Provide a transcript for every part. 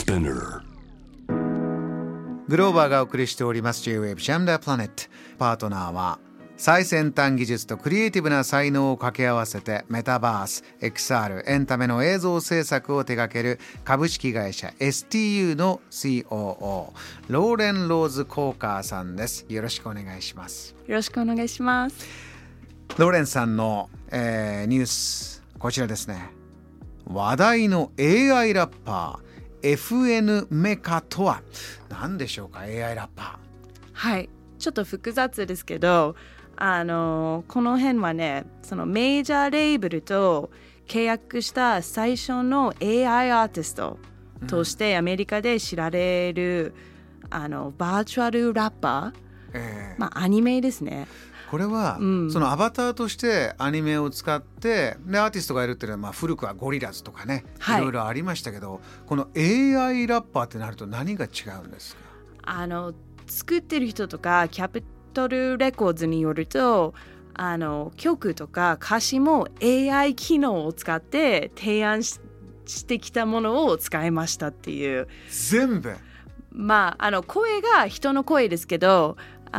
Spinner。 グローバーがお送りしております J-Wave Jam the Planet。 パートナーは最先端技術とクリエイティブな才能を掛け合わせてメタバース、XR、エンタメの映像制作を手掛ける株式会社 STU の COO ローレン・ローズ・コーカーさんです。よろしくお願いします。 よろしくお願いします。 ローレンさんの、ニュースこちらですね。話題の AI ラッパー FN メカとは何でしょうか。 AI ラッパー、 はい、ちょっと複雑ですけど、この辺はね、そのメジャーレーベルと契約した最初の AI アーティストとしてアメリカで知られる、バーチャルラッパー、アニメですね。 これは、そのアバターとしてアニメを使ってでアーティストがいるっていうのは、古くはゴリラズとかね、いろいろありましたけど、この AI ラッパーってなると何が違うんですか。 作ってる人とかキャピトルレコーズによると、曲とか歌詞も AI 機能を使って提案してきたものを使いましたっていう。 全部声が人の声ですけど、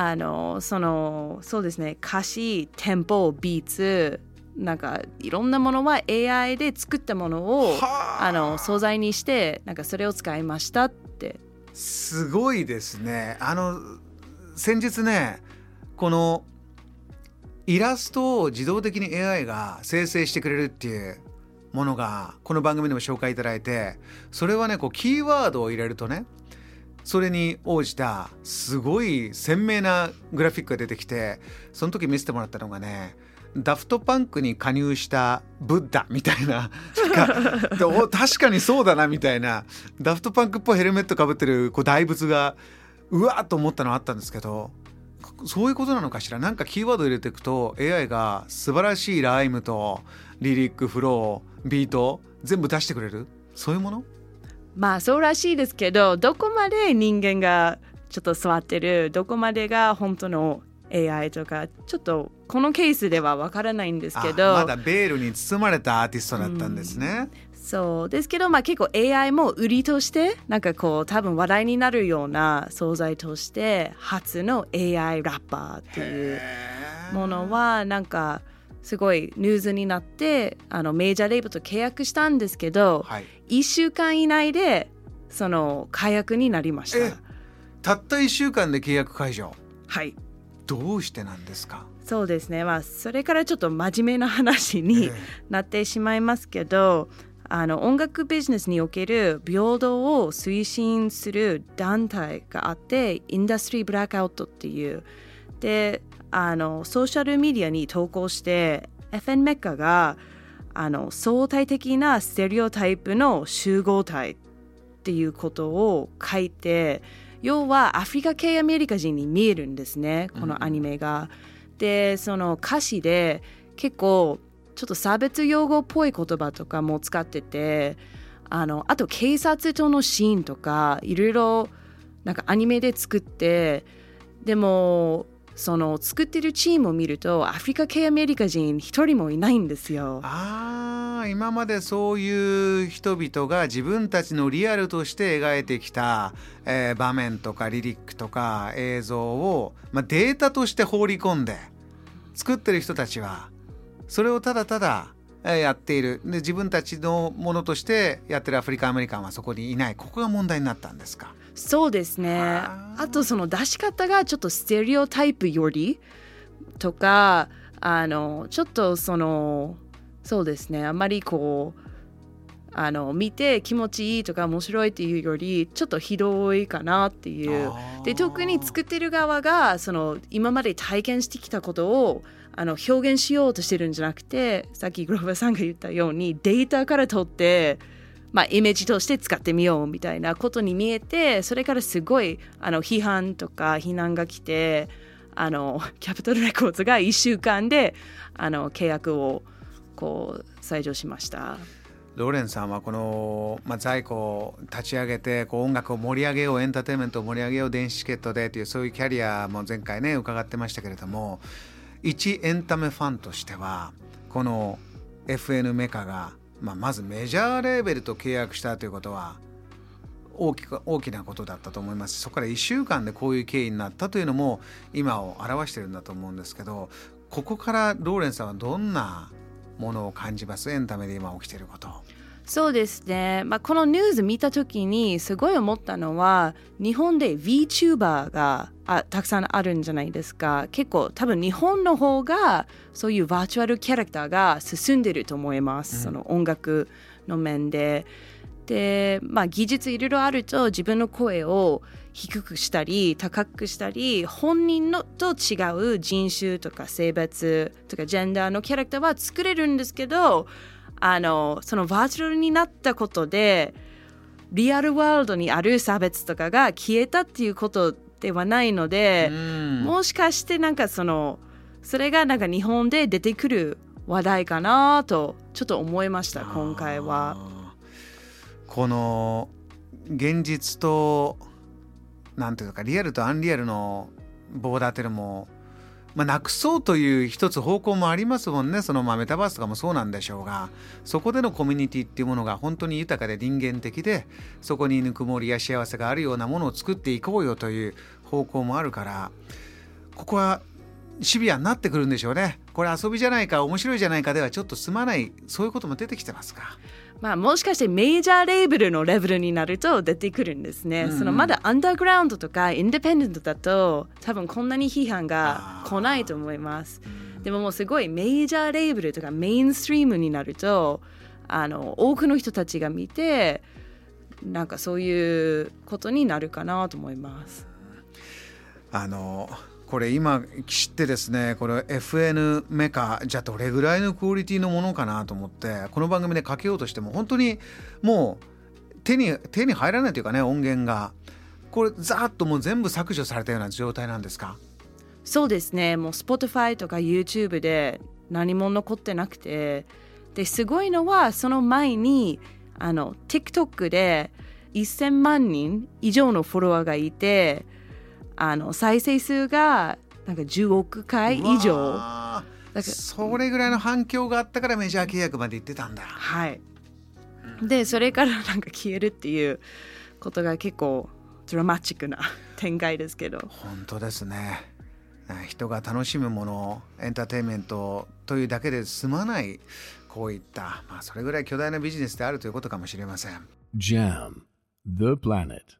そうですね、歌詞、テンポ、ビーツ、なんかいろんなものは AI で作ったものを素材にして、なんかそれを使いましたって。 すごいですね。先日ね、このイラストを自動的に AI が生成してくれるっていうものがこの番組でも紹介いただいて、それはね、キーワードを入れるとね、それに応じたすごい鮮明なグラフィックが出てきて、その時見せてもらったのがね、ダフトパンクに加入したブッダみたいな確かにそうだなみたいな、ダフトパンクっぽいヘルメットかぶってる大仏がうわーっと思ったのあったんですけど、そういうことなのかしら。なんかキーワード入れていくと AI が素晴らしいライムとリリック、フロー、ビート全部出してくれる、そういうもの。 そうらしいですけど、どこまで人間がちょっと座ってる、どこまでが本当の AI とか、ちょっとこのケースではわからないんですけど、 まだベールに包まれたアーティストだったんですね。 そうですけど、結構 AI も売りとして、なんか多分話題になるような素材として初の AI ラッパーっていうものはなんかすごいニュースになって、メジャーレーベルと契約したんですけど、1週間以内でその解約になりました。 たった1週間で契約解除。 はい。 どうしてなんですか。 そうですね、それからちょっと真面目な話になってしまいますけど、音楽ビジネスにおける平等を推進する団体があって、インダストリーブラックアウトっていうで、ソーシャルメディアに投稿して FN メカが相対的なステレオタイプの集合体っていうことを書いて、要はアフリカ系アメリカ人に見えるんですね、このアニメが。で、その歌詞で結構ちょっと差別用語っぽい言葉とかも使ってて、あと警察とのシーンとかいろいろなんかアニメで作って、でもその作ってるチームを見るとアフリカ系アメリカ人一人もいないんですよ。 今までそういう人々が自分たちのリアルとして描いてきた、場面とかリリックとか映像を、データとして放り込んで作ってる人たちはそれをただただやっている。で、自分たちのものとしてやってるアフリカアメリカンはそこにいない。ここが問題になったんですか。 そうですね。あとその出し方がちょっとステレオタイプよりとか、ちょっとそうですね、あんまり見て気持ちいいとか面白いっていうよりちょっとひどいかなっていう。で、特に作ってる側が今まで体験してきたことを表現しようとしてるんじゃなくて、さっきグローバーさんが言ったようにデータから取ってイメージとして使ってみようみたいなことに見えて、それからすごい批判とか非難が来て、キャピトルレコーズが1週間で契約を採用しました。 ローレンさんはこの、在庫を立ち上げて音楽を盛り上げよう、エンターテインメントを盛り上げよう、電子チケットでというそういうキャリアも前回ね伺ってましたけれども、一エンタメファンとしてはこの FN メカが、まずメジャーレーベルと契約したということは大きなことだったと思います。そこから1週間でこういう経緯になったというのも今を表しているんだと思うんですけど、ここからローレンさんはどんなものを感じます？エンタメで今起きていること。 そうですね、このニュース見た時にすごい思ったのは、日本で VTuber がたくさんあるんじゃないですか。結構多分日本の方がそういうバーチャルキャラクターが進んでると思います、その音楽の面で。で、技術いろいろあると自分の声を低くしたり高くしたり、本人のと違う人種とか性別とかジェンダーのキャラクターは作れるんですけど、そのバーチャルになったことでリアルワールドにある差別とかが消えたっていうことではないので、もしかしてそれが日本で出てくる話題かなとちょっと思いました。今回はこの現実となんていうかリアルとアンリアルのボーダーっていうのもなくそうという一つ方向もありますもんね。そのメタバースとかもそうなんでしょうが、そこでのコミュニティっていうものが本当に豊かで人間的で、そこにぬくもりや幸せがあるようなものを作っていこうよという方向もあるから、ここはシビアになってくるんでしょうね。これ遊びじゃないか面白いじゃないかではちょっと済まない、そういうことも出てきてますか。 もしかしてメジャーレーベルのレベルになると出てくるんですね、まだアンダーグラウンドとかインディペンデントだと多分こんなに批判が来ないと思います。でももうすごいメジャーレーベルとかメインストリームになると多くの人たちが見てそういうことになるかなと思います。 これ今知ってですね、これ FN メカじゃどれぐらいのクオリティのものかなと思ってこの番組でかけようとしても本当にもう手に入らないというかね、音源がこれざーっともう全部削除されたような状態なんですか？ そうですね、もう Spotify とか YouTube で何も残ってなくて、ですごいのはその前にTikTok で1000万人以上のフォロワーがいて、再生数が10億回以上だそれぐらいの反響があったからメジャー契約まで行ってたんだ。 はい、でそれから消えるっていうことが結構ドラマチックな展開ですけど。 本当ですね。人が楽しむもの、エンターテインメントというだけで済まない、こういった、それぐらい巨大なビジネスであるということかもしれません。 JAM The Planet